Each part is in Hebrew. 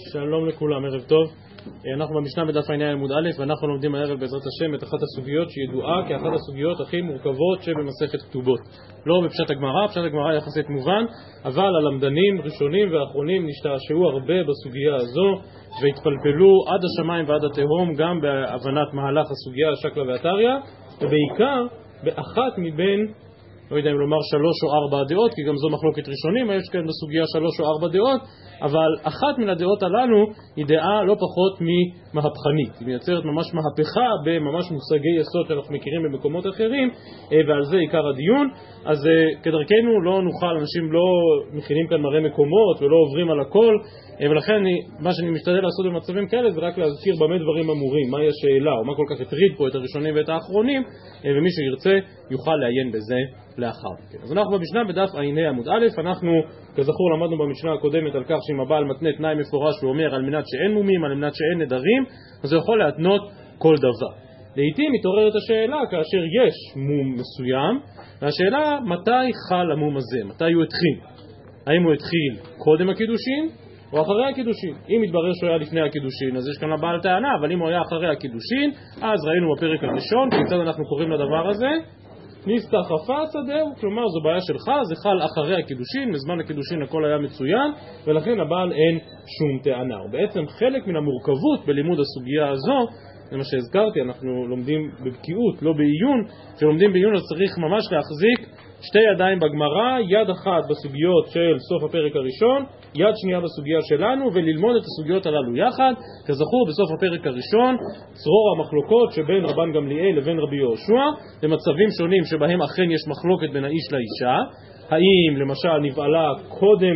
שלום לכולם, ערב טוב. אנחנו במשנה בדף ע"א עמוד א', ואנחנו לומדים הערב בעזרת השם את אחת הסוגיות שידועה כאחת הסוגיות הכי מורכבות שבמסכת כתובות. לא בפשט הגמרא, פשט הגמרא יחסית מובן, אבל הלמדנים ראשונים ואחרונים נשתעשעו הרבה בסוגיה הזו והתפלפלו עד השמיים ועד התהום גם בהבנת מהלך הסוגיה השקלא והטריא, ובעיקר באחת מבין, לא יודע אם לומר 3 או 4 דעות, כי גם זו מחלוקת ראשונים, יש כאן בסוגיה 3 או 4 דעות, אבל אחת מן הדעות הללו היא דעה לא פחות ממהפכנית. היא מייצרת ממש מהפכה בממש מושגי יסוד שאנחנו מכירים במקומות אחרים, ועל זה עיקר הדיון. אז כדרכנו לא נוכל, אנשים לא מכינים כאן מראה מקומות ולא עוברים על הכל, ולכן מה שאני משתדל לעשות במצבים כאלה זה רק להזכיר במה דברים אמורים, מהי השאלה או מה כל כך הטריד פה את הראשונים ואת האחרונים, ומי שירצה יוכל לעיין בזה לאחר מכן. אז אנחנו במשנה בדף ע"ה עמוד א', אנחנו כזכור למדנו במשנה הקודמת על כך שאם הבעל מתנה תנאי מפורש ואומר על מנת שאין מומים, על מנת שאין נדרים, אז הוא יכול להתנות כל דבר. לעתים מתעוררת השאלה כאשר יש מום מסוים, והשאלה מתי חל המום הזה, מתי הוא התחיל. האם הוא התחיל קודם הקידושין או אחרי הקידושין? אם מתברר שהוא היה לפני הקידושין, אז יש כאן לבעל טענה, אבל אם הוא היה אחרי הקידושין, אז ראינו בפרק הראשון, כיצד אנחנו קוראים לדבר הזה? נסתחפה שדהו, כלומר זו בעיה שלך, זה חל אחרי הקידושין, בזמן הקידושין הכל היה מצוין, ולכן לבעל אין שום טענה. ובעצם חלק מן המורכבות בלימוד הסוגיה הזו, זה מה שהזכרתי, אנחנו לומדים בבקיאות, לא בעיון, כשלומדים בעיון אז צריך ממש להחזיק שתי ידיים בגמרא, יד אחת בסוגיות של סוף הפרק הראשון, יד שנייה בסוגיה שלנו, וללמוד את הסוגיות הללו יחד. כזכור, בסוף הפרק הראשון צרור המחלוקות שבין רבן גמליאל לבין רבי יהושע, למצבים שונים שבהם אכן יש מחלוקת בין האיש לאישה, האם למשל נבעלה קודם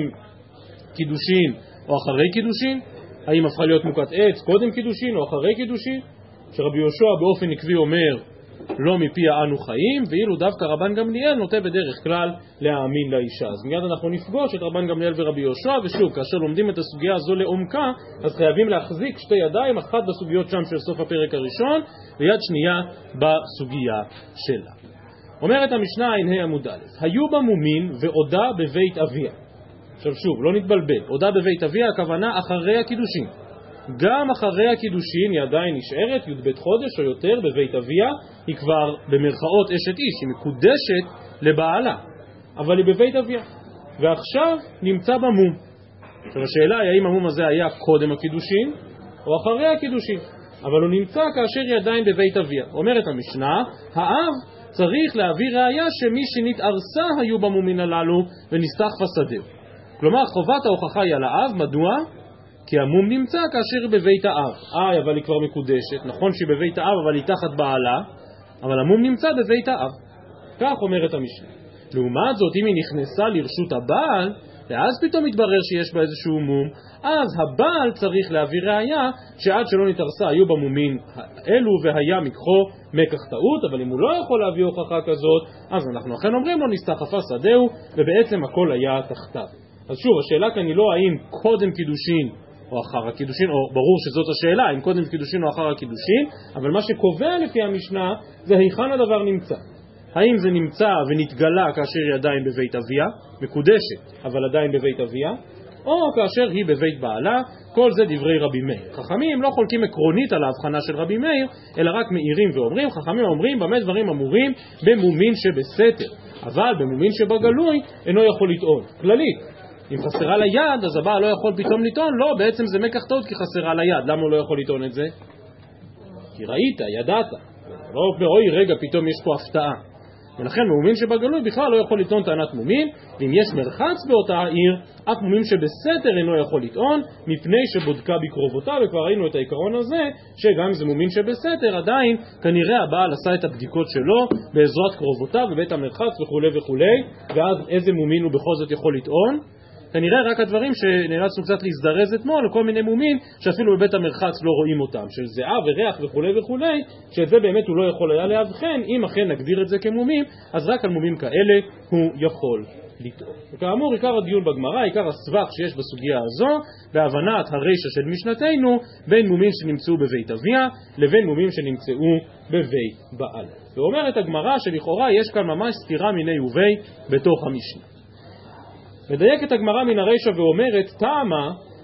קידושין או אחרי קידושין, האם הפכה להיות מוכת עץ קודם קידושין או אחרי קידושין, שרבי יהושע באופן עקבי אומר לא מפיה אנו חיים, ואילו דווקא רבן גמליאל נוטה בדרך כלל להאמין לאישה. אז מיד אנחנו נפגוש את רבן גמליאל ורבי יהושע, ושוב, כאשר לומדים את הסוגיה הזו לעומקה, אז חייבים להחזיק שתי ידיים, אחת בסוגיות שם של סוף הפרק הראשון, ויד שנייה בסוגיה שלה. אומרת המשנה ע"ה עמוד א', היו בה מומין ועודה בבית אביה. עכשיו שוב, לא נתבלבל, עודה בבית אביה הכוונה אחרי הקידושין. גם אחרי הקידושין היא עדיין נשארת י"ב חודש או יותר בבית אביה, היא כבר במרכאות אשת איש, היא מקודשת לבעלה, אבל היא בבית אביה, ועכשיו נמצא במום. עכשיו השאלה היא האם המום הזה היה קודם הקידושין או אחרי הקידושין, אבל הוא נמצא כאשר היא עדיין בבית אביה. אומרת המשנה, האב צריך להביא ראיה שמי שנתארסה היו במומין הללו ונסתחפה שדהו. כלומר חובת ההוכחה היא על האב. מדוע? כי המום נמצא כאשר היא בבית האב. אבל היא כבר מקודשת, נכון שהיא בבית האב אבל היא תחת בעלה, אבל המום נמצא בבית האב. כך אומרת המשנה. לעומת זאת, אם היא נכנסה לרשות הבעל, ואז פתאום מתברר שיש בה איזשהו מום, אז הבעל צריך להביא ראיה שעד שלא נתארסה היו במומים אלו והיה מקחו מקח טעות, אבל אם הוא לא יכול להביא הוכחה כזאת, אז אנחנו אכן אומרים לו נסתחפה שדהו, ובעצם הכל היה תחתיו. אז שוב, השאלה כאן היא לא האם קודם קידושין או אחר הקידושין, או ברור שזאת השאלה, אם קודם קידושין או אחר הקידושין, אבל מה שקובע לפי המשנה זה היכן הדבר נמצא. האם זה נמצא ונתגלה כאשר היא עדיין בבית אביה, מקודשת אבל עדיין בבית אביה, או כאשר היא בבית בעלה. כל זה דברי רבי מאיר. חכמים לא חולקים עקרונית על ההבחנה של רבי מאיר, אלא רק מאירים ואומרים. חכמים אומרים במה דברים אמורים במומין שבסתר, אבל במומין שבגלוי אינו יכול לטעון. כללית, אם חסרה ליד, אז הבעל לא יכול פתאום לטעון, לא, בעצם זה מקח טעות כי חסרה ליד. למה הוא לא יכול לטעון את זה? כי ראית, ידעת. לא באוי רגע פתאום יש פה הפתעה. ולכן מומין שבגלוי בכלל לא יכול לטעון טענת מומין, ואם יש מרחץ באותה העיר, אף מומין שבסתר אינו יכול לטעון, מפני שבודקה בקרובותיו, וכבר ראינו את העיקרון הזה, שגם אם זה מומין שבסתר, עדיין כנראה הבעל עשה את הבדיקות שלו בעזרת קרובותיו בבית המרחץ וכו' וכו', ואז איזה מומין הוא בכל זאת יכול לטעון? כנראה רק הדברים שנאלצנו קצת להזדרז אתמול, כל מיני מומים שאפילו בבית המרחץ לא רואים אותם, של זיעה וריח וכו' וכו', שאת זה באמת הוא לא יכול היה להבחן. אם אכן נגדיר את זה כמומים, אז רק על מומים כאלה הוא יכול לטעון. וכאמור, עיקר הדיון בגמרא, עיקר הסבך שיש בסוגיה הזו, בהבנת הרישא של משנתנו, בין מומים שנמצאו בבית אביה לבין מומים שנמצאו בבית בעל. ואומרת הגמרא שלכאורה יש כאן ממש סתירה מיני ובי בתוך המשנה. מדייקת הגמרא מן הרישא ואומרת, טעמה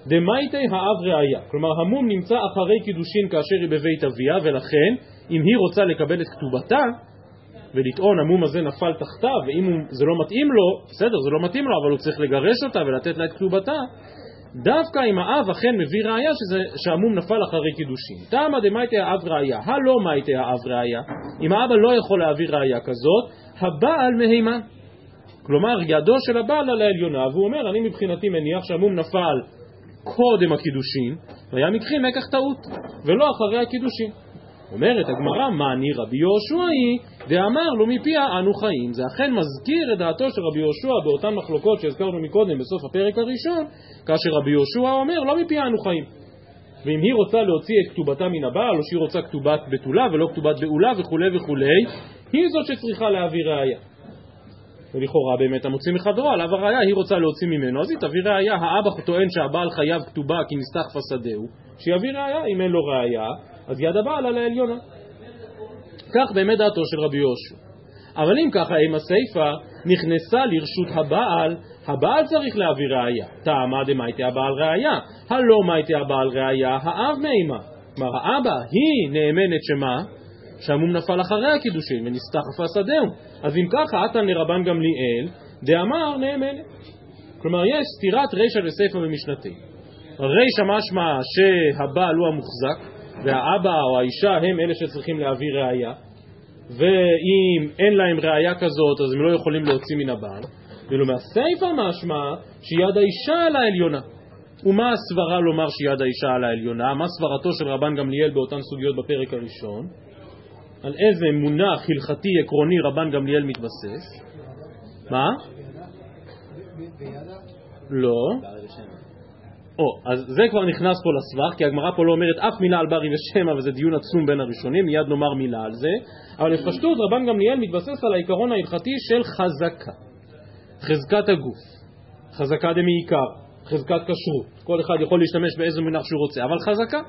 דמייטי האב ראיה, כלומר המום נמצא אחרי קידושין כאשר היא בבית אביה, ולכן אם היא רוצה לקבל את כתובתה ולטעון המום הזה נפל תחתיו, ואם זה לא מתאים לו, בסדר, זה לא מתאים לו, אבל הוא צריך לגרש אותה ולתת לה את כתובתה, דווקא אם האב אכן מביא ראיה שהמום נפל אחרי קידושין. תמה דמייטי האב ראיה, הלא מייטי האב ראיה, אם האבא לא יכול להביא ראיה כזאת, הבעל מהימן, כלומר ידו של הבעל על העליונה, והוא אומר אני מבחינתי מניח שהמום נפל קודם הקידושין, והיה מקרים מקח טעות, ולא אחרי הקידושין. אומרת הגמרא, מני רבי יהושע היא, ואמר לו מפיה אנו חיים. זה אכן מזכיר את דעתו של רבי יהושע באותן מחלוקות שהזכרנו מקודם בסוף הפרק הראשון, כאשר רבי יהושע אומר לא מפיה אנו חיים. ואם היא רוצה להוציא את כתובתה מן הבעל, או שהיא רוצה כתובת בתולה ולא כתובת בעולה וכו' וכו', היא זאת שצריכה להביא ראיה. ולכאורה באמת המוציא מחברו עליו הראיה, היא רוצה להוציא ממנו, אז היא תביא ראיה. האבא טוען שהבעל חייב כתובה כי נסתחפה שדהו, שיביא ראיה. אם אין לו ראיה, אז יד הבעל על העליונה. כך באמת דעתו של רבי יהושע. אבל אם ככה, אם הסיפה נכנסה לרשות הבעל, הבעל צריך להביא ראיה. תמה דמייטי הבעל ראיה, הלא מייטי הבעל ראיה, האב מהימה. כלומר האבא היא נאמנת שמה? שהמום נפל אחרי הקידושין ונסתחפה שדהו. אז אם ככה, עתן לרבן גמליאל דאמר נאמנת. כלומר יש סתירת רישא וסיפא במשנתי. רישא משמע שהבעל הוא המוחזק והאבא או האישה הם אלה שצריכים להביא ראיה, ואם אין להם ראיה כזאת אז הם לא יכולים להוציא מן הבעל. ואילו מהסיפא משמע שיד האישה על העליונה. ומה הסברה לומר שיד האישה על העליונה? מה סברתו של רבן גמליאל באותן סוגיות בפרק הראשון? על איזה מונח הלכתי עקרוני רבן גמליאל מתבסס? מה? לא. אז זה כבר נכנס פה לסבך, כי הגמרא פה לא אומרת אף מילה על ברי ושמא, וזה דיון עצום בין הראשונים, מיד נאמר מילה על זה. אבל לפשטות רבן גמליאל מתבסס על העיקרון ההלכתי של חזקה, חזקת הגוף, חזקה דמעיקר, חזקת כשרות. כל אחד יכול להשתמש באיזה מונח שהוא רוצה, אבל חזקה.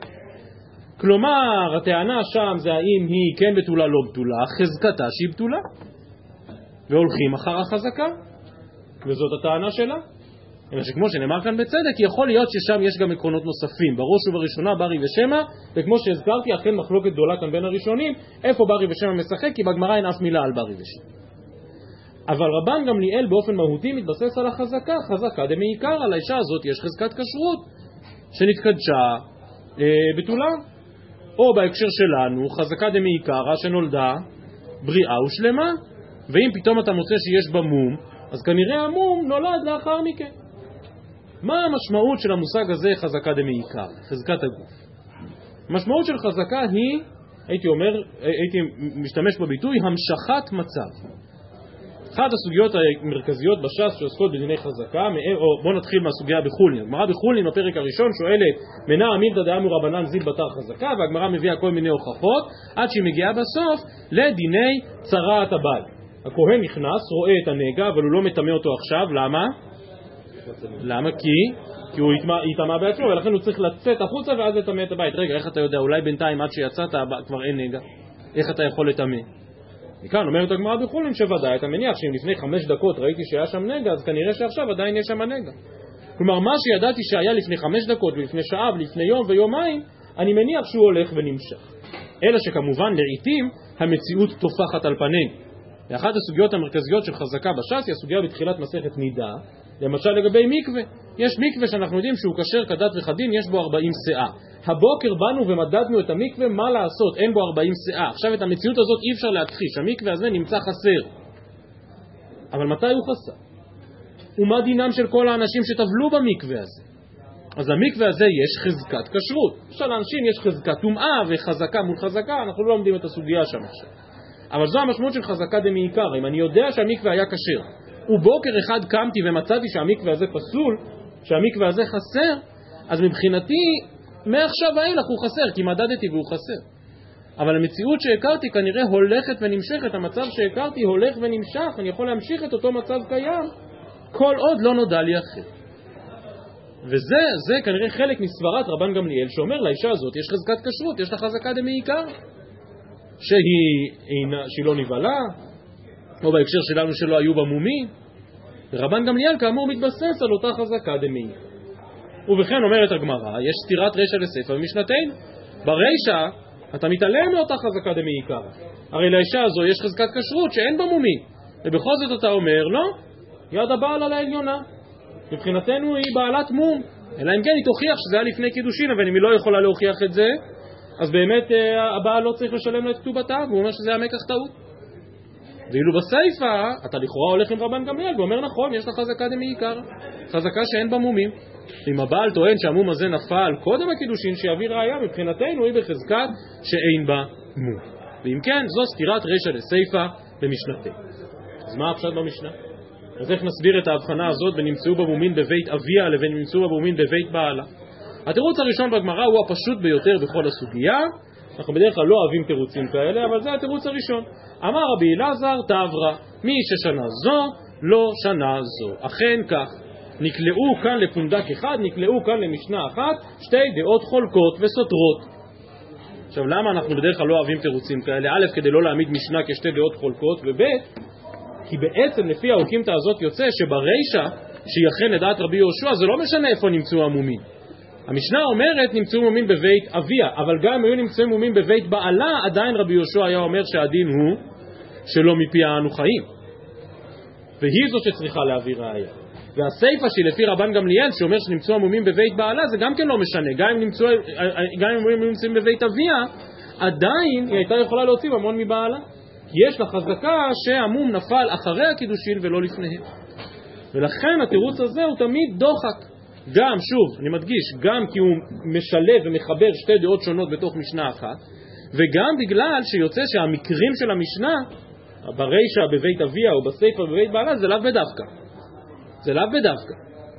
כלומר, הטענה שם זה האם היא כן בתולה לא בתולה, חזקתה שהיא בתולה, והולכים אחר החזקה, וזאת הטענה שלה. אלא שכמו שנאמר כאן בצדק, יכול להיות ששם יש גם עקרונות נוספים, בראש ובראשונה ברי ושמא, וכמו שהזכרתי, אכן מחלוקת גדולה כאן בין הראשונים, איפה ברי ושמא משחק, כי בגמרא אין אף מילה על ברי ושמא. אבל רבן גמליאל באופן מהותי מתבסס על החזקה, חזקה דמעיקר, על האישה הזאת יש חזקת כשרות, שנתקדשה בתולה. או בהקשר שלנו, חזקה דמעיקרא שנולדה בריאה ושלמה, ואם פתאום אתה מוצא שיש בה מום, אז כנראה המום נולד לאחר מכן. מה המשמעות של המושג הזה חזקה דמעיקר, חזקת הגוף? המשמעות של חזקה היא, הייתי משתמש בביטוי, המשכת מצב. אחת הסוגיות המרכזיות בש"ס שעוסקות בדיני חזקה, בוא נתחיל מהסוגיה בחולין. הגמרא בחולין בפרק הראשון שואלת מנע עמילתא דאמרו רבנן זיל בתר חזקה, והגמרא מביאה כל מיני הוכחות עד שהיא מגיעה בסוף לדיני צרעת הבעל. הכהן נכנס, רואה את הנגע, אבל הוא לא מטמא אותו עכשיו. למה? למה? כי הוא יטמא בעצמו, ולכן הוא צריך לצאת החוצה ואז לטמא את הבית. רגע, איך אתה יודע? אולי בינתיים עד שיצאת כבר אין נגע. איך אתה יכול לטמא? מכאן אומרת הגמרא בחולין שוודאי, אתה מניח שאם לפני 5 דקות ראיתי שהיה שם נגע, אז כנראה שעכשיו עדיין יש שם נגע. כלומר, מה שידעתי שהיה לפני 5 דקות ולפני שעה ולפני יום ויומיים, אני מניח שהוא הולך ונמשך. אלא שכמובן לעיתים המציאות תופחת על פנינו. ואחת הסוגיות המרכזיות של חזקה בש"ס היא הסוגיה בתחילת מסכת נידה, למשל לגבי מקווה. יש מקווה שאנחנו יודעים שהוא כשר כדת וכדין, יש בו 40 שאה. הבוקר באנו ומדדנו את המקווה, מה לעשות? אין בו 40 שאה. עכשיו את המציאות הזאת אי אפשר להכחיש, המקווה הזה נמצא חסר. אבל מתי הוא חסר? ומה דינם של כל האנשים שטבלו במקווה הזה? אז למקווה הזה יש חזקת כשרות. של האנשים יש חזקת טומאה וחזקה מול חזקה, אנחנו לא לומדים את הסוגיה שם עכשיו. אבל זו המשמעות של חזקה דמעיקרא. אם אני יודע שהמקווה היה כשר, ובוקר אחד קמתי ומצאתי שהמקווה הזה פסול, שהמקווה הזה חסר, אז מבחינתי מעכשיו ואילך הוא חסר, כי מדדתי והוא חסר. אבל המציאות שהכרתי כנראה הולכת ונמשכת, המצב שהכרתי הולך ונמשך, אני יכול להמשיך את אותו מצב קיים, כל עוד לא נודע לי אחר. וזה כנראה חלק מסברת רבן גמליאל, שאומר לאישה הזאת יש חזקת כשרות, יש לה חזקה דמעיקרא, שהיא לא נבהלה, או בהקשר שלנו שלא היו בה מומים. רבן גמליאל כאמור מתבסס על אותה חזקה דמעיקרא. ובכן אומרת הגמרא, יש סתירת רשע לסייפא במשנתנו. ברשע אתה מתעלם מאותה חזקה דמעיקרא. הרי לאישה הזו יש חזקת כשרות שאין בה מומין, ובכל זאת אתה אומר לא, יד הבעל על העליונה, מבחינתנו היא בעלת מום, אלא אם כן היא תוכיח שזה היה לפני קידושין, אבל אם היא לא יכולה להוכיח את זה, אז באמת הבעל לא צריך לשלם לה את כתובתה, והוא אומר שזה היה מקח טעות. ואילו בסייפה אתה לכאורה הולך עם רבן גמליאל ואומר נכון, יש לה חזקה דמעיקרא, חזקה שאין בה מומים. אם הבעל טוען שהמום הזה נפל קודם הקידושין, שיביא ראיה, מבחינתנו היא בחזקת שאין בה מום. ואם כן, זו סתירת רשע לסייפה במשנתנו. אז מה הפשט במשנה? אז איך נסביר את ההבחנה הזאת בין נמצאו במומין בבית אביה לבין נמצאו במומין בבית בעלה? התירוץ הראשון בגמרא הוא הפשוט ביותר בכל הסוגיה. אנחנו בדרך כלל לא אוהבים תירוצים כאלה, אבל זה התירוץ הראשון. אמר רבי אלעזר תברא, מי ששנה זו לא שנה זו. אכן כך, נקלעו כאן לפונדק אחד, נקלעו כאן למשנה אחת, שתי דעות חולקות וסותרות. עכשיו למה אנחנו בדרך כלל לא אוהבים תירוצים כאלה? א', כדי לא להעמיד משנה כשתי דעות חולקות, וב', כי בעצם לפי האוקימתא הזאת יוצא שברישא שהיא אכן לדעת רבי יהושע זה לא משנה איפה נמצאו המומים. המשנה אומרת נמצאו מומים בבית אביה, אבל גם אם היו נמצאו מומים בבית בעלה, עדיין רבי יהושע היה אומר שהדין הוא שלא מפיה אנו חיים, והיא זאת שצריכה להביא ראיה. והסייפה שהיא לפי רבן גמליאל שאומר שנמצאו המומים בבית בעלה זה גם כן לא משנה, גם אם הם נמצאים בבית אביה עדיין היא הייתה יכולה להוציא ממון מבעלה, יש לה חזקה שהמום נפל אחרי הקידושין ולא לפניהם. ולכן התירוץ הזה הוא תמיד דוחק, גם שוב אני מדגיש, גם כי הוא משלב ומחבר שתי דעות שונות בתוך משנה אחת, וגם בגלל שיוצא שהמקרים של המשנה ברישא בבית אביה או בסייפה בבית בעלה זה לאו בדווקא, זה לאו בדווקא,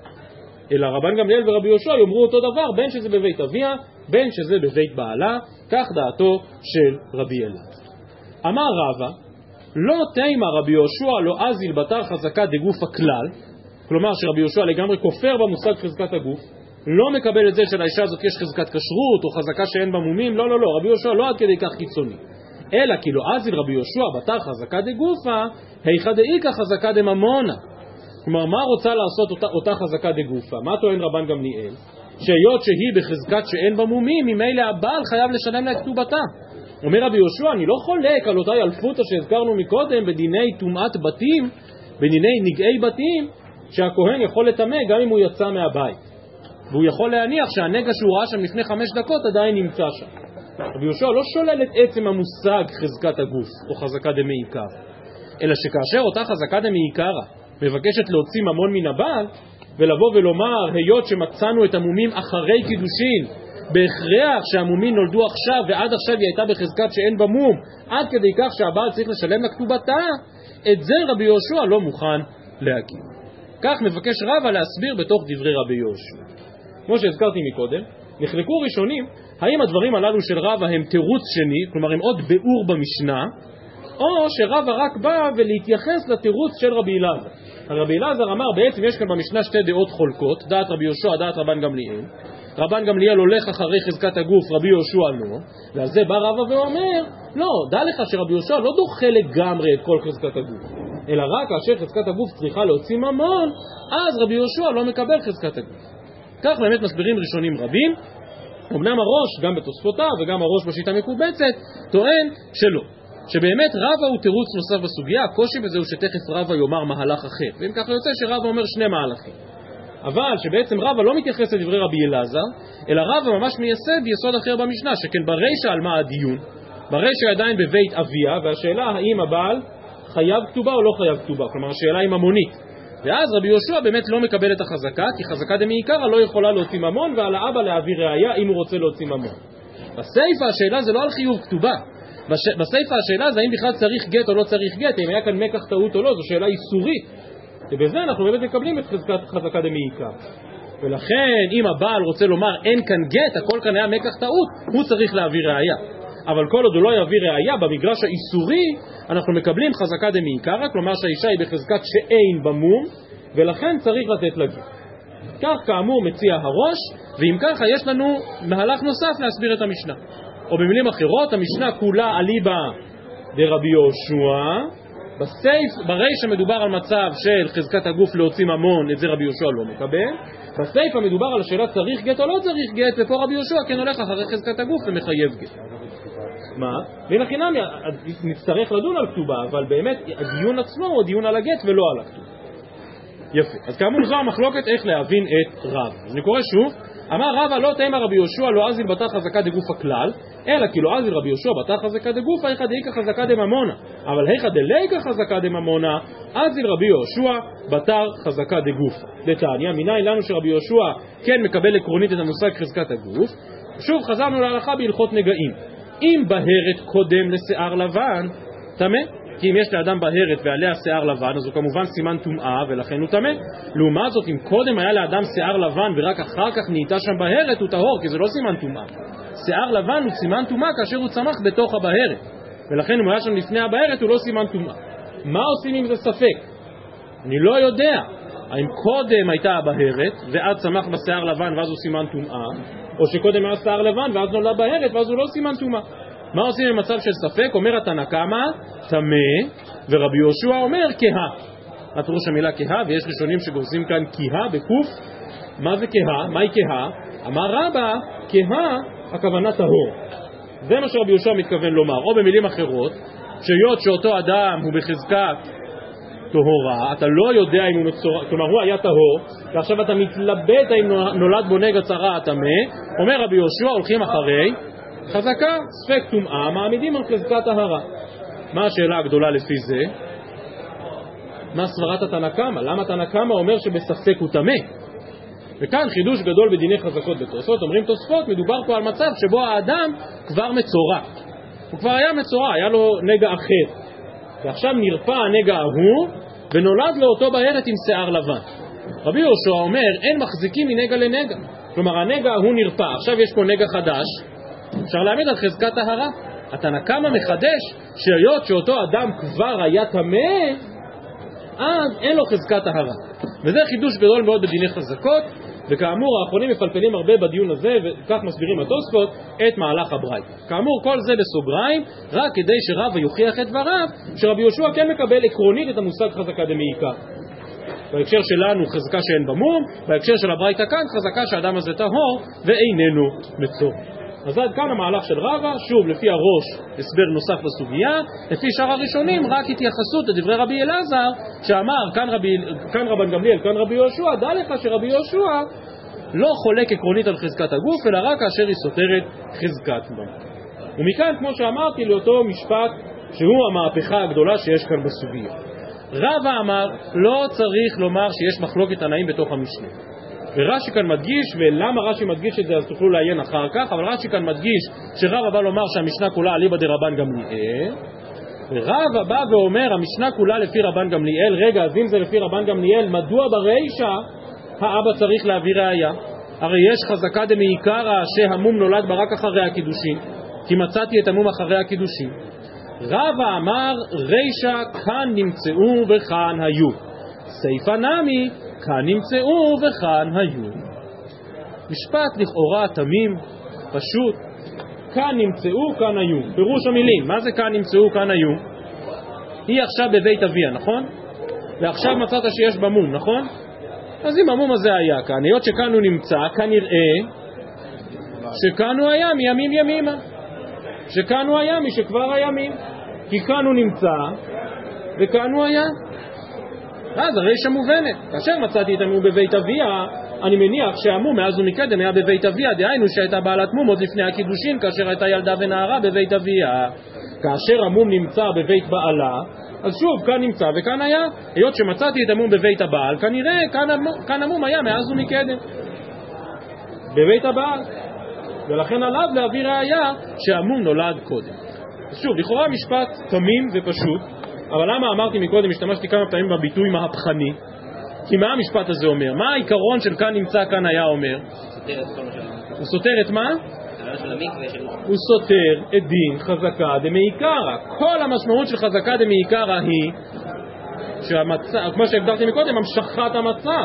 אלא רבן גמליאל ורבי יהושע יאמרו אותו דבר בין שזה בבית אביה בין שזה בבית בעלה, כך דעתו של רבי אלעזר. אמר רבא, לא תימה רבי יהושע לא אזיל בתר חזקה דגוף הכלל, כלומר שרבי יהושע לגמרי כופר במושג חזקת הגוף, לא מקבל את זה שלאישה הזאת יש חזקת כשרות או חזקה שאין בה מומים, לא, רבי יהושע לא עד כדי כך קיצוני, אלא כי לא אזיל רבי יהושע בתר חזקה דגופה, היכא דאיכא חזקה דממונה. כלומר מה רוצה לעשות אותה חזקה דגופה? מה טוען רבן גמליאל? שהיות שהיא בחזקת שאין בה מומים, ממילא הבעל חייב לשלם לה את כתובתה. אומר רבי יהושע, אני לא חולק על אותה ילפותא שהזכרנו מקודם בדיני טומאת בתים, בדיני נגעי בתים, שהכהן יכול לטמא גם אם הוא יצא מהבית, והוא יכול להניח שהנגע שהוא ראה שם לפני 5 דקות עדיין נמצא שם. רבי יהושע לא שולל את עצם המושג חזקת הגוף או חזקה דמעיקרא, אלא שכאשר אותה חזקה דמעיקרא מבקשת להוציא ממון מן הבעל ולבוא ולומר היות שמצאנו את המומים אחרי קידושין, בהכרח שהמומים נולדו עכשיו ועד עכשיו היא הייתה בחזקת שאין בה מום, עד כדי כך שהבעל צריך לשלם לכתובתה, את זה רבי יהושע לא מוכן להגיד. כך מבקש רבא להסביר בתוך דברי רבי יהושע. כמו שהזכרתי מקודם, נחלקו ראשונים האם הדברים הללו של רבא הם תירוץ שני, כלומר הם עוד ביאור במשנה, או שרבא רק בא ולהתייחס לתירוץ של רבי אלעזר. רבי אלעזר אמר בעצם יש כאן במשנה שתי דעות חולקות, דעת רבי יהושע, דעת רבן גמליאל. רבן גמליאל הולך אחרי חזקת הגוף, רבי יהושע לא, ועל זה בא רבא ואומר לא, דע לך שרבי יהושע לא דוחה לגמרי את כל חזקת הגוף, אלא רק כאשר חזקת הגוף צריכה להוציא ממון, אז רבי יהושע לא מקבל חזקת הגוף. כך באמת מסבירים ראשונים רבים. אמנם הראש גם בתוספותיו וגם הראש בשיטה מקובצת טוען שלא, שבאמת רבא הוא תירוץ נוסף בסוגיה. הקושי בזה הוא שתכף רבא יאמר מהלך אחר, ואם ככה יוצא שרבא אומר שני מהלכים, אבל שבעצם רבא לא מתייחס לדברי רבי אלעזר, אלא רבא ממש מייסד יסוד אחר במשנה, שכן ברישא על מה הדיון? ברישא עדיין בבית אביה, והשאלה האם הבעל חייב כתובה או לא חייב כתובה, כלומר השאלה היא ממונית. ואז רבי יהושע באמת לא מקבל את החזקה, כי חזקה דמעיקרא לא יכולה להוציא ממון, ועל האבא להביא ראיה אם הוא רוצה להוציא ממון. בסייפה השאלה זה לא על חיוב כתובה, בסייפה השאלה זה האם בכלל צריך גט או לא צריך גט, אם היה כאן מקח טעות או לא, זו שאלה איסורית, ובזה אנחנו באמת מקבלים את חזקה דמעיקרא. ולכן אם הבעל רוצה לומר אין כאן גט, הכל כאן היה מקח טעות, הוא צריך להביא ראיה. אבל כל עוד הוא לא יביא ראיה במגרש האיסורי, אנחנו מקבלים חזקה דמעיקרא, כלומר שהאישה היא בחזקת שאין במום, ולכן צריך לתת לה גט. כך כאמור מציע הראש, ואם ככה יש לנו מהלך נוסף להסביר את המשנה. או במילים אחרות, המשנה כולה אליבא דרבי יהושע, ברישא מדובר על מצב של חזקת הגוף להוציא ממון, את זה רבי יהושע לא מקבל. בסיפא מדובר על השאלה צריך גט או לא צריך גט, ופה רבי יהושע כן הולך אחרי חזקת הגוף ומחייב גט. מה? והנה חינם נצטרך לדון על כתובה, אבל באמת הדיון עצמו הוא דיון על הגט ולא על הכתובה. יפה. אז כאמור זו המחלוקת איך להבין את רב. אז אני קורא שוב, אמר רבא לא תימא רבי יהושע לא אזיל בתר חזקה דגוף הכלל, אלא כי לא אזיל רבי יהושע בתר חזקה דגוף, היכא דאיכא חזקה דממונה. אבל היכא דליקא חזקה דממונה, אזיל רבי יהושע בתר חזקה דגוף. דתניא, מנין לנו שרבי יהושע כן מקבל עקרונית את המושג חזקת הגוף. שוב חזרנו להלכה בהלכות נגעים. אם בהרת קודם לשיער לבן, טמא. כי אם יש לאדם בהרת ועליה שיער לבן, אז הוא כמובן סימן טומאה ולכן הוא טמא. לעומת זאת, אם קודם היה לאדם שיער לבן ורק אחר כך נהייתה שם בהרת, הוא טהור, כי זה לא סימן טומאה. שיער לבן הוא סימן טומאה כאשר הוא צמח בתוך הבהרת, ולכן אם הוא היה שם לפני הבהרת הוא לא סימן טומאה. מה עושים אם זה ספק? אני לא יודע. האם קודם הייתה הבהרת ואז צמח בשיער לבן ואז הוא סימן טומאה, או שקודם היה שיער לבן ואז נולדה בהרת ואז הוא לא סימן טומאה. מה עושים במצב של ספק? אומר התנא קמא טמא, ורבי יהושע אומר כהה. מה פירוש המילה כהה? ויש ראשונים שגורסים כאן כהה בקוף. מה זה כהה? מהי כהה? אמר רבא, כהה הכוונה טהור. זה מה שרבי יהושע מתכוון לומר. או במילים אחרות, שהיות שאותו אדם הוא בחזקת טהורה, אתה לא יודע אם הוא מצורע, כלומר הוא היה טהור, ועכשיו אתה מתלבט האם נולד בו נגע צרה הטמא. אומר רבי יהושע, הולכים אחרי חזקה, ספק טומאה, מעמידים על חזקת טהרה. מה השאלה הגדולה לפי זה? מה סברת התנא קמא? למה התנא קמא אומר שבספק הוא טמא? וכאן חידוש גדול בדיני חזקות בתוספות. אומרים תוספות, מדובר פה על מצב שבו האדם כבר מצורע. הוא כבר היה מצורע, היה לו נגע אחר. ועכשיו נרפא הנגע ההוא ונולד לו אותו בהרת עם שיער לבן. רבי יהושע אומר, אין מחזיקים מנגע לנגע. כלומר הנגע ההוא נרפא, עכשיו יש פה נגע חדש, אפשר להעמיד על חזקת טהרה. התנא קמא מחדש שהיות שאותו אדם כבר היה טמא, אז אין לו חזקת טהרה. וזה חידוש גדול מאוד בדיני חזקות, וכאמור האחרונים מפלפלים הרבה בדיון הזה, וכך מסבירים התוספות את מהלך הברייתא. כאמור כל זה בסוגריים, רק כדי שרבא יוכיח את דבריו, שרבי יהושע כן מקבל עקרונית את המושג חזקה דמעיקרא. בהקשר שלנו חזקה שאין במום, בהקשר של הברייתא כאן חזקה שהאדם הזה טהור ואיננו מצורע. אז עד כאן המהלך של רבא, שוב לפי הראש הסבר נוסף בסוגיה, לפי שאר הראשונים רק התייחסות לדברי רבי אלעזר שאמר כאן רבן גמליאל, כאן רבי יהושע, דע לך שרבי יהושע לא חולק עקרונית על חזקת הגוף אלא רק כאשר היא סותרת חזקת ממון. ומכאן כמו שאמרתי לאותו משפט שהוא המהפכה הגדולה שיש כאן בסוגיה. רבא אמר לא צריך לומר שיש מחלוקת תנאים בתוך המשנה, ורש"י כאן מדגיש, ולמה רש"י מדגיש את זה אז תוכלו לעיין אחר כך, אבל רש"י כאן מדגיש שרבא בא לומר שהמשנה כולה אליבא דרבן גמליאל, ורבא בא ואומר המשנה כולה לפי רבן גמליאל. רגע, אז אם זה לפי רבן גמליאל, מדוע ברישא האבא צריך להביא ראיה? הרי יש חזקה דמעיקרא שהמום נולד בה רק אחרי הקידושין, כי מצאתי את המום אחרי הקידושין. רבא אמר רישא כאן נמצאו וכאן היו, סיפא נמי כאן נמצאו וכאן היו. משפט לכאורה תמים, פשוט. כאן נמצאו, כאן היו. פירוש המילים, מה זה כאן נמצאו, כאן היו? היא עכשיו בבית אביה, נכון? ועכשיו מצאת שיש במום, נכון? אז אם המום הזה היה כאן, היות שכאן הוא נמצא, כנראה שכאן הוא היה מימים ימימה. שכאן הוא היה משכבר הימים. כי כאן הוא נמצא וכאן הוא היה. אז הרישא מובנת. כאשר מצאתי את המום בבית אביה, אני מניח שהמום מאז ומקדם היה בבית אביה, דהיינו שהייתה בעלת מום עוד לפני הקידושין, כאשר הייתה ילדה ונערה בבית אביה. כאשר המום נמצא בבית בעלה, אז שוב, כאן נמצא וכאן היה. היות שמצאתי את המום בבית הבעל, כנראה כאן המום היה מאז ומקדם בבית הבעל, ולכן עליו להביא ראיה שהמום נולד קודם. אז שוב, לכאורה משפט תמים ופשוט, אבל למה אמרתי מקודם, השתמשתי כמה פעמים בביטוי מהפכני? כי מה המשפט הזה אומר? מה העיקרון של כאן נמצא, כאן היה אומר? הוא סותר את מה? הוא סותר את דין חזקה דמעיקרא. כל המשמעות של חזקה דמעיקרא היא כמו שהגדרתי מקודם, המשכת המצב.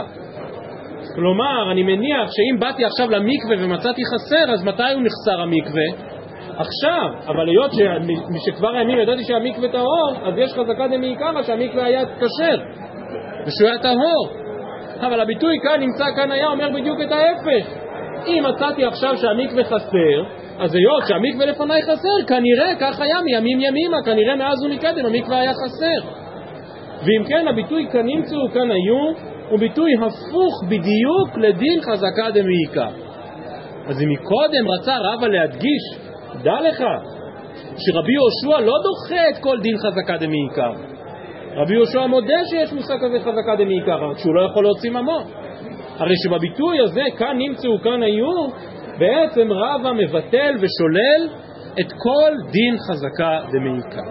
כלומר, אני מניח שאם באתי עכשיו למקווה ומצאתי חסר, אז מתי הוא נחסר המקווה? עכשיו, אבל היות שמשכבר הימים ידעתי שהמקווה טהור, אז יש חזקה דמעיקרא שהמקווה היה כשר ושהוא היה טהור. אבל הביטוי כאן נמצא כאן היה אומר בדיוק את ההפך. אם מצאתי עכשיו שהמקווה חסר, אז היות שהמקווה לפניי חסר, כנראה כך היה מימים ימימה, כנראה מאז ומקדם המקווה היה חסר. ואם כן, הביטוי כאן נמצאו כאן היו הוא ביטוי הפוך בדיוק לדין חזקה דמעיקרא. אז אם מקודם רצה רבא להדגיש, דע לך שרבי יהושע לא דוחה את כל דין חזקה דמעיקרא. רבי יהושע מודה שיש מושג כזה חזקה דמעיקרא, רק שהוא לא יכול להוציא ממון. הרי שבביטוי הזה כאן נמצאו כאן היו, בעצם רבא מבטל ושולל את כל דין חזקה דמעיקרא.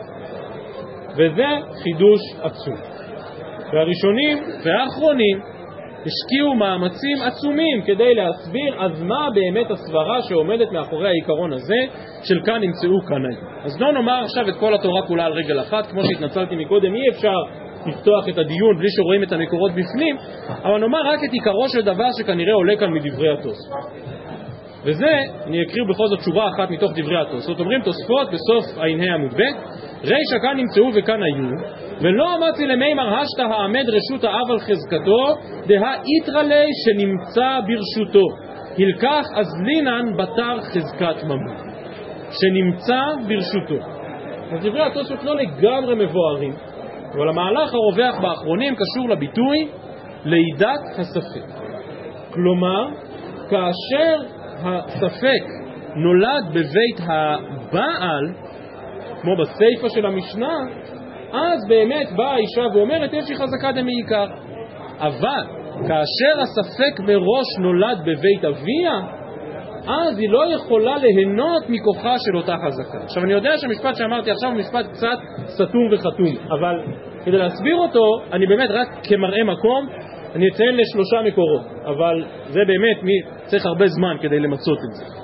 וזה חידוש עצום. והראשונים והאחרונים השקיעו מאמצים עצומים כדי להסביר אז מה באמת הסברה שעומדת מאחורי העיקרון הזה של כאן נמצאו כאן היו. אז לא נאמר עכשיו את כל התורה כולה על רגל אחת, כמו שהתנצלתי מקודם, אי אפשר לפתוח את הדיון בלי שרואים את המקורות בפנים, אבל נאמר רק את עיקרו של דבר שכנראה עולה כאן מדברי התוספות. וזה, אני אקריא בכל זאת תשובה אחת מתוך דברי התוספות. אומרים תוספות בסוף ע"ה עמוד ב', רישא כאן נמצאו וכאן היו, ולא אמרתי למימר השתא העמד רשות האב על חזקתו, דהא איתרא ליה שנמצא ברשותו, הלקח אז לינן בתר חזקת ממון, שנמצא ברשותו. אז דברי התוספות לא לגמרי מבוארים, אבל המהלך הרווח באחרונים קשור לביטוי לידת הספק. כלומר, כאשר הספק נולד בבית הבעל, כמו בסייפה של המשנה, אז באמת באה האישה ואומרת יש לי חזקה דמעיקרא. אבל כאשר הספק מראש נולד בבית אביה, אז היא לא יכולה ליהנות מכוחה של אותה חזקה. עכשיו אני יודע שהמשפט שאמרתי עכשיו הוא משפט קצת סתום וחתום, אבל כדי להסביר אותו אני באמת רק כמראה מקום אני אציין לשלושה מקורות, אבל זה באמת צריך הרבה זמן כדי למצות את זה.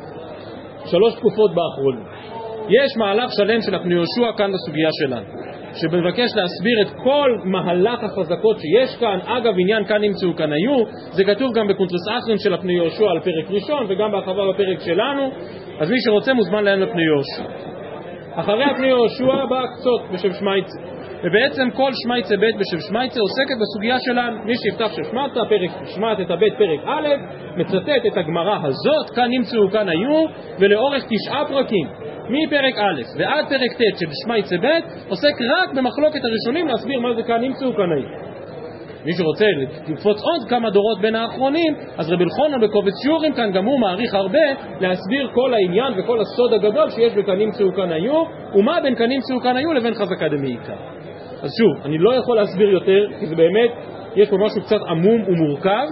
3 תקופות באחרונים. יש מהלך שלם של הפני יהושע כאן בסוגיה שלנו, שמבקש להסביר את כל מהלך החזקות שיש כאן. אגב, עניין כאן נמצאו כאן היו, זה כתוב גם בקונטרס אחרין של הפני יהושע על פרק ראשון, וגם בהרחבה בפרק שלנו, אז מי שרוצה מוזמן לעיין לפני יהושע. אחרי הפני יהושע בא קצות בשם שמייצה, ובעצם כל שמייצה ב' בשם שמייצה עוסקת בסוגיה שלנו. מי שיפתח של שמייצה, פרק שמעת את הבית פרק א', מצטט את הגמרא הזאת, כאן נמצאו כאן היו, ולאורך 9 פרקים מפרק א' ועד פרק ט' של שמייצה ב' עוסק רק במחלוקת הראשונים להסביר מה זה כאן נמצאו כאן היו. מי שרוצה לקפוץ עוד כמה דורות בין האחרונים, אז רבי אלחנן בקובץ שיעורים כאן גם הוא מעריך הרבה להסביר כל העניין וכל הסוד הגדול שיש בכאן נמצאו כאן היו, ומה בין כאן נמצאו כאן היו לבין חזקה דמעיקרא. אז שוב, אני לא יכול להסביר יותר, כי זה באמת, יש פה משהו קצת עמום ומורכב,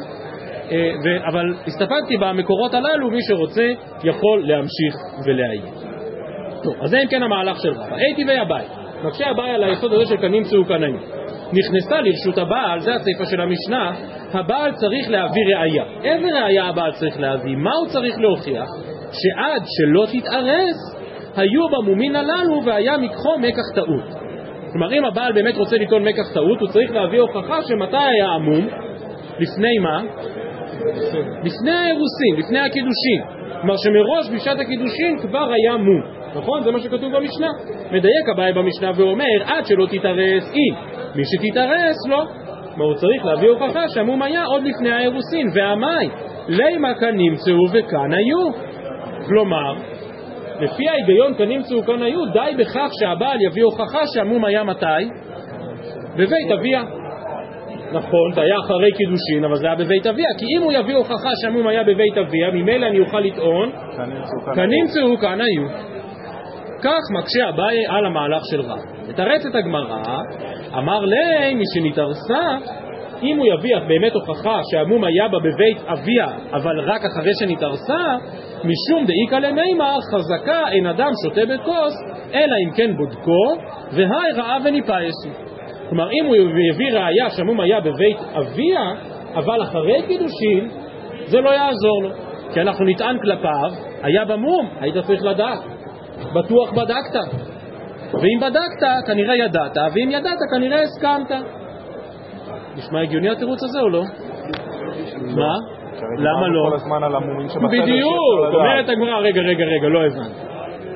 אבל הסתפקתי במקורות הללו, מי שרוצה יכול להמשיך ולהעיין. טוב, אז זה אם כן המהלך של רבא. הייתי והבית, מקשה הבעי על היסוד הזה של כאן נמצאו כאן היו. נכנסה לרשות הבעל, זה הסעיפה של המשנה, הבעל צריך להביא ראיה. איזה ראיה הבעל צריך להביא? מה הוא צריך להוכיח? שעד שלא תתארס, היו במומין הללו והיה מקחו מקח טעות. כלומר, אם הבעל באמת רוצה לטעון מקח טעות, הוא צריך להביא הוכחה שמתי היה עמום, לפני מה? לפני האירוסין, לפני הקידושין. כלומר שמראש בשעת הקידושין כבר היה מום. נכון? זה מה שכתוב במשנה. מדייק הבעל במשנה ואומר, עד שלא תתארס היא. מי שתתארס לא. כלומר, הוא צריך להביא הוכחה שהמום היה עוד לפני האירוסין. והמי, לימה כאן נמצאו וכאן היו. כלומר, לפי ההיגיון כאן נמצאו כאן היו, די בכך שהבעל יביא הוכחה שהמום היה מתי? בבית אביה. נכון, זה היה אחרי קידושין, אבל זה היה בבית אביה, כי אם הוא יביא הוכחה שהמום היה בבית אביה, ממילא אני אוכל לטעון כאן נמצאו כאן היו. כך מקשה הבעי על המהלך של רב. מתרצת הגמרא, אמר לי, מי שנתארסה, אם הוא יביא באמת הוכחה שהמום היה בה בבית אביה, אבל רק אחרי שנתארסה, משום דאיקה למימר, חזקה אין אדם שותה בכוס, אלא אם כן בודקו, והי ראה וניפייסו. כלומר, אם הוא יביא ראיה שהמום היה בבית אביה, אבל אחרי קידושין, זה לא יעזור לו. כי אנחנו נטען כלפיו, היה במום, היית צריך לדעת. בטוח בדקת. ואם בדקת, כנראה ידעת, ואם ידעת, כנראה הסכמת. נשמע הגיוני התירוץ הזה או לא? מה? למה לא? בדיוק, אומרת הגמרא, רגע, לא הבנתי.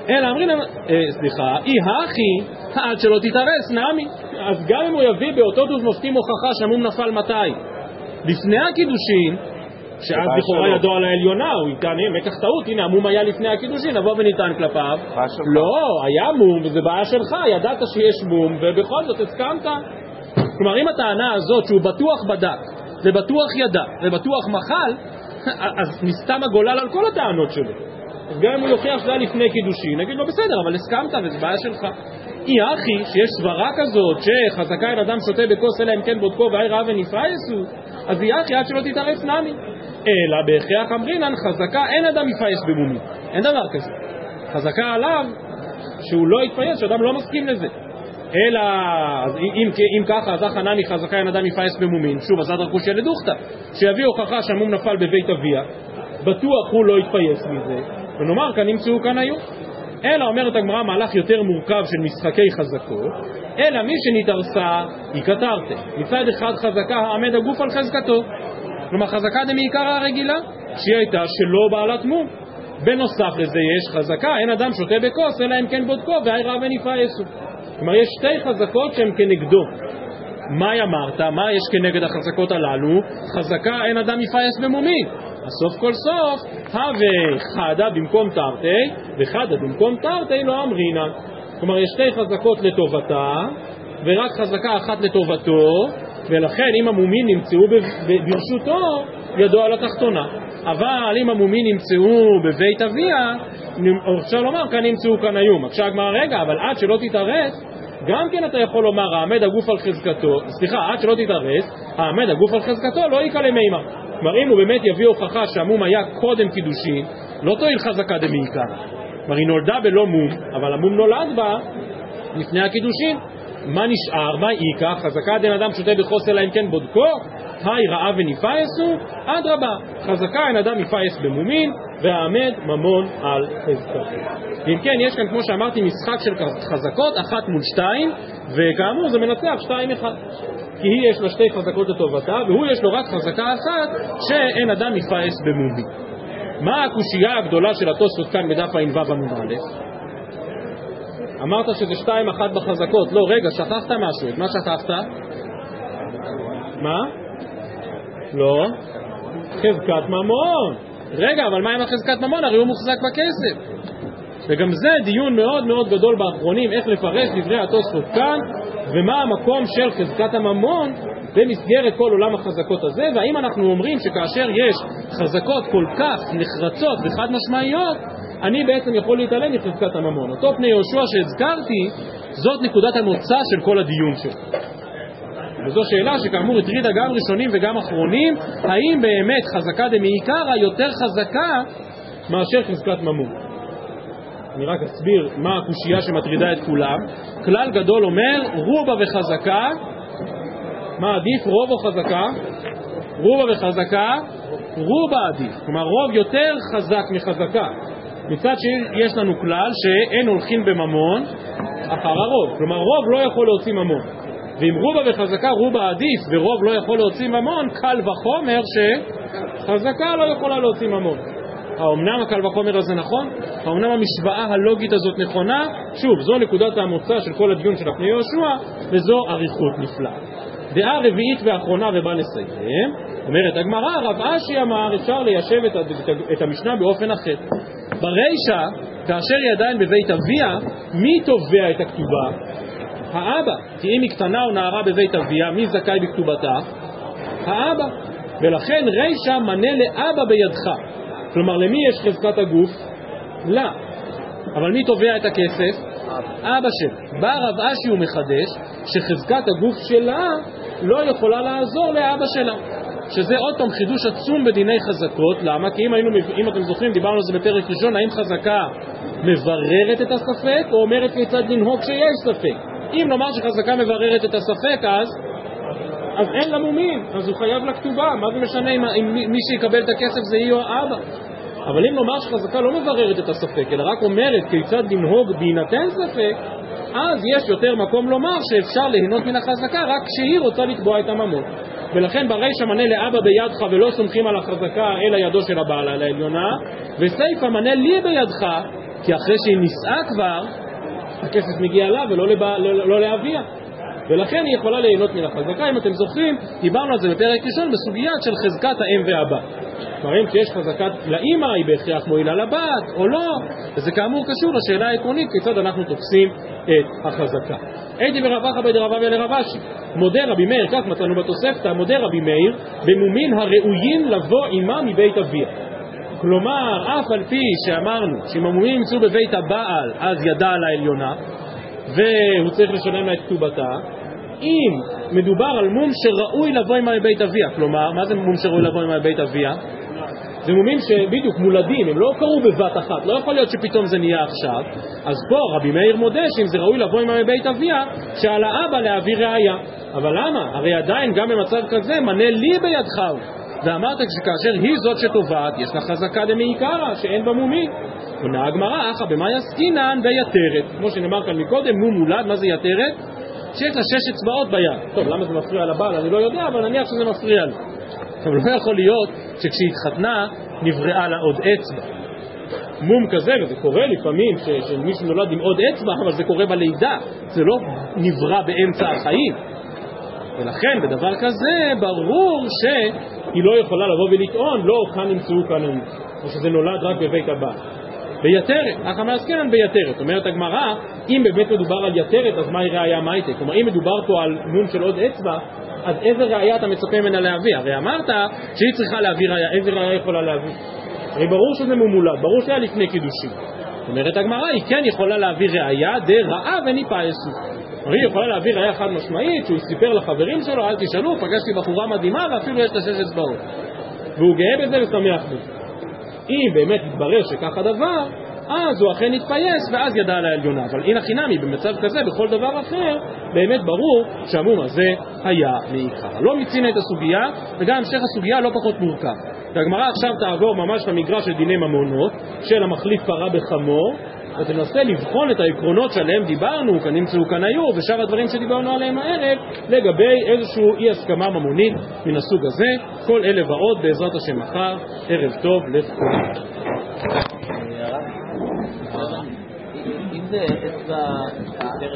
אלא אמרין, סליחה, אי הכי, עד שלא תתארס, נעמי. אז גם אם הוא יביא באותות ובמופתים הוכחה שהמום נפל מתי? לפני הקידושין, שאז לכאורה ידו על העליונה, הוא יטען, מקח טעות, הנה המום היה לפני הקידושין, נבוא וניתן כלפיו. לא, היה מום, וזה בעיה שלך, ידעת שיש מום, ובכל זאת הסכמת. כלומר, אם הטענה הזאת שהוא בטוח בדק, ובטוח ידע, ובטוח מחל, אז נסתם הגולל על כל הטענות שלו. אז גם אם הוא יוכיח שזה היה לפני קידושין, נגיד לו בסדר, אבל הסכמת, וזה בעיה שלך. אי אחי, שיש סברה כזאת, שחזקה אין אדם שותה בכוס אלא אם כן בודקו והי רעה ונפייסו, אז אי אחי עד שלא תתערץ נמי. אלא בהכרח אמרינן, חזקה אין אדם יפייס במומי. אין דבר כזה. חזקה עליו שהוא לא יתפייס, שאדם לא מסכים לזה. אלא, אז אם ככה, אז החנני חזקה אין אדם יפייס במומין. שוב, אז אדרקו שלדוכתא, שיביא הוכחה שהמום נפל בבית אביה, בטוח הוא לא יתפייס מזה, ונאמר כאן נמצאו כאן היו. אלא אומרת הגמרא מהלך יותר מורכב של משחקי חזקות, אלא מי שנתארסה היא קטרתה. מצד אחד חזקה העמד הגוף על חזקתו, כלומר חזקה דמעיקר הרגילה שהיא הייתה שלא בעלת מום. בנוסף לזה יש חזקה אין אדם שותה בכוס אלא אם כן בודקו והי רעה ונפייסו. כלומר יש שתי חזקות שהן כנגדו. מה אמרת? מה יש כנגד החזקות הללו? חזקה אין אדם יפייס במומין. הסוף כל סוף, הווה חדה במקום תרתי, וחדה במקום תרתי לא אמרינה. כלומר, יש שתי חזקות לטובתה, ורק חזקה אחת לטובתו, ולכן אם המומין נמצאו ברשותו, ידו על התחתונה. אבל אם המומין נמצאו בבית אביה, אפשר לומר, כאן נמצאו כאן היום. עכשיו הגמרא רגע, אבל עד שלא תתארץ, גם כן אתה יכול לומר, העמד הגוף על חזקתו, סליחה, עד שלא תתארץ, העמד הגוף על חזקתו לא יקלה מימה. כלומר, אם הוא באמת יביא הוכחה שהמום היה קודם קידושין, לא תועיל חזקה דמעיקר. כלומר, היא נולדה בלא מום, אבל המום נולד בה לפני הקידושין. מה נשאר? מה עיקר? חזקה דין אדם שותה בכוס אלא אם כן בודקו, היי רעה ונפייסו, אדרבה, חזקה אין אדם יפייס במומין, והעמד ממון על חזקתו. אם כן, יש כאן, כמו שאמרתי, משחק של חזקות, 1 מול 2, וכאמור זה מנצח 2-1. כי היא יש לה שתי חזקות לטובתה, והוא יש לו רק חזקה אחת, שאין אדם יפייס במומין. מה הקושייה הגדולה של התוספות כאן בדף הע"ו עמוד א'? אמרת שזה 2-1 בחזקות. לא, רגע, שכחת משהו. מה שכחת? מה? לא. חזקת ממון. רגע, אבל מה עם החזקת ממון? הרי הוא מוחזק בכסף. וגם זה דיון מאוד מאוד גדול באחרונים, איך לפרש דברי התוספות כאן, ומה המקום של חזקת הממון במסגרת כל עולם החזקות הזה, והאם אנחנו אומרים שכאשר יש חזקות כל כך נחרצות וחד משמעיות, אני בעצם יכול להתעלם מחזקת הממון. אותו פני יהושע שהזכרתי, זאת נקודת המוצא של כל הדיון שלו. וזו שאלה שכאמור הטרידה גם ראשונים וגם אחרונים, האם באמת חזקה דמעיקרא יותר חזקה מאשר חזקת ממון. אני רק אסביר מה הקושייה שמטרידה את כולם. כלל גדול אומר, רובה וחזקה, מה עדיף, רוב או חזקה? רובה וחזקה, רובה עדיף. כלומר, רוב יותר חזק מחזקה. מצד שיש לנו כלל שאין הולכים בממון אחר הרוב. כלומר, רוב לא יכול להוציא ממון. ואם רובה וחזקה, רובה עדיף, ורוב לא יכול להוציא ממון, קל וחומר שחזקה לא יכולה להוציא ממון. האומנם הקל וחומר הזה נכון? האומנם המשוואה הלוגית הזאת נכונה? שוב, זו נקודת המוצא של כל הדיון של הפני יהושע, וזו אריכות נפלאה. דעה רביעית ואחרונה ובא לסיים, אומרת הגמרא, רב אשי אמר, אפשר ליישב את המשנה באופן אחר. ברישא, כאשר היא עדיין בבית אביה, מי תובע את הכתובה? האבא. כי אם היא קטנה או נערה בבית אביה, מי זכאי בכתובתה? האבא. ולכן רישא מנה לאבא בידך. כלומר, למי יש חזקת הגוף? לא. אבל מי תובע את הכסף? אבא שלה. בא רב אשי ומחדש שחזקת הגוף שלה לא יכולה לעזור לאבא שלה. שזה עוד פעם חידוש עצום בדיני חזקות. למה? כי אם אתם זוכרים, דיברנו על זה בפרק ראשון, האם חזקה מבררת את הספק או אומרת כיצד לנהוג שיש ספק? אם נאמר שחזקה מבררת את הספק, אז אין לה מומין, אז הוא חייב לכתובה. מה זה משנה אם מי שיקבל את הכסף זה היא או האבא? אבל אם נאמר שחזקה לא מבררת את הספק, אלא רק אומרת כיצד לנהוג בהינתן ספק, אז יש יותר מקום לומר שאפשר ליהנות מן החזקה רק כשהיא רוצה לקבוע את הממון. ולכן ברישא מנה לאבא בידך ולא סומכים על החזקה אלא ידו של הבעל על העליונה, וסייפא מנה לי בידך כי אחרי שהיא נישאה כבר, הכסף מגיע לה ולא לאביה. ולכן היא יכולה ליהנות מן החזקה. אם אתם זוכרים, דיברנו על זה בפרק ראשון בסוגיית של חזקת האם והבת. כלומר, כשיש חזקת לאמא, היא בהכרח מועילה לבת או לא, וזה כאמור קשור לשאלה העקרונית כיצד אנחנו תופסים את החזקה. הייתי ברב אחא בית רבא ולרב אשי. מודה רבי מאיר, כך מצאנו בתוספתא, מודה רבי מאיר במומין הראויים לבוא עמה מבית אביה. כלומר, אף על פי שאמרנו שאם המומים ימצאו בבית הבעל, אז ידה על העליונה, והוא צריך לשלם לה את כתובתה. אם מדובר על מום שראוי לבוא עמה מבית אביה, כלומר, מה זה מום שראוי לבוא עמה מבית אביה? זה מומים שבדיוק מולדים, הם לא קרו בבת אחת, לא יכול להיות שפתאום זה נהיה עכשיו. אז פה רבי מאיר מודה שאם זה ראוי לבוא עמה מבית אביה, שעל האבא להביא ראיה. אבל למה? הרי עדיין גם במצב כזה מנה לי בידך, ואמרת שכאשר היא זאת שטובעת, יש לה חזקה דמעיקרא, שאין בה מומין. עונה הגמרא, אחא במאי עסקינן ביתרת. כמו שנאמר כאן מקודם, מום מולד, מה זה יתרת? שיש לה 6 אצבעות ביד. טוב, למה זה מפריע לבעל? אני לא יודע, אבל נניח שזה מפריע לו. אבל לא יכול להיות שכשהיא התחתנה, נבראה לה עוד אצבע. מום כזה, וזה קורה לפעמים שמישהו נולד עם עוד אצבע, אבל זה קורה בלידה. זה לא נברא באמצע החיים. ולכן בדבר כזה ברור שהיא לא יכולה לבוא ולטעון לא כאן נמצאו כאן נמצאו, או שזה נולד רק בבית הבעל. ביתרת, אחא מעסקינן ביתרת. אומרת הגמרא, אם באמת מדובר על יתרת, אז מהי ראיה מייטה? כלומר, אם מדובר פה על מום של עוד אצבע, אז איזה ראיה אתה מצפה ממנה להביא? הרי אמרת שהיא צריכה להביא ראיה, איזה ראיה יכולה להביא? הרי ברור שזה מומולד, ברור שהיה לפני קידושין. אומרת הגמרא, היא כן יכולה להביא ראיה דרעה וניפייסו. הרי היא יכולה להביא ראיה חד משמעית, שהוא סיפר לחברים שלו, אל תשאלו, פגשתי בחורה מדהימה ואפילו יש לה 6 אצבעות. והוא גאה בזה ושמח בזה. אם באמת יתברר שכך הדבר, אז הוא אכן יתפייס ואז ידע על העליונה. אבל אין החינמי, במצב כזה, בכל דבר אחר, באמת ברור שהמום הזה היה מעיקר. לא מיצינו את הסוגיה, וגם המשך הסוגיה לא פחות מורכב. והגמרא עכשיו תעבור ממש למגרש של דיני ממונות, של המחליף פרה בחמור, ותנסה לבחון את העקרונות שעליהם דיברנו, כאן נמצאו כאן היו, ושאר הדברים שדיברנו עליהם הערב, לגבי איזשהו אי הסכמה ממונית מן הסוג הזה. כל אלה ועוד בעזרת השם מחר. ערב טוב לכולם. אם זה אצבע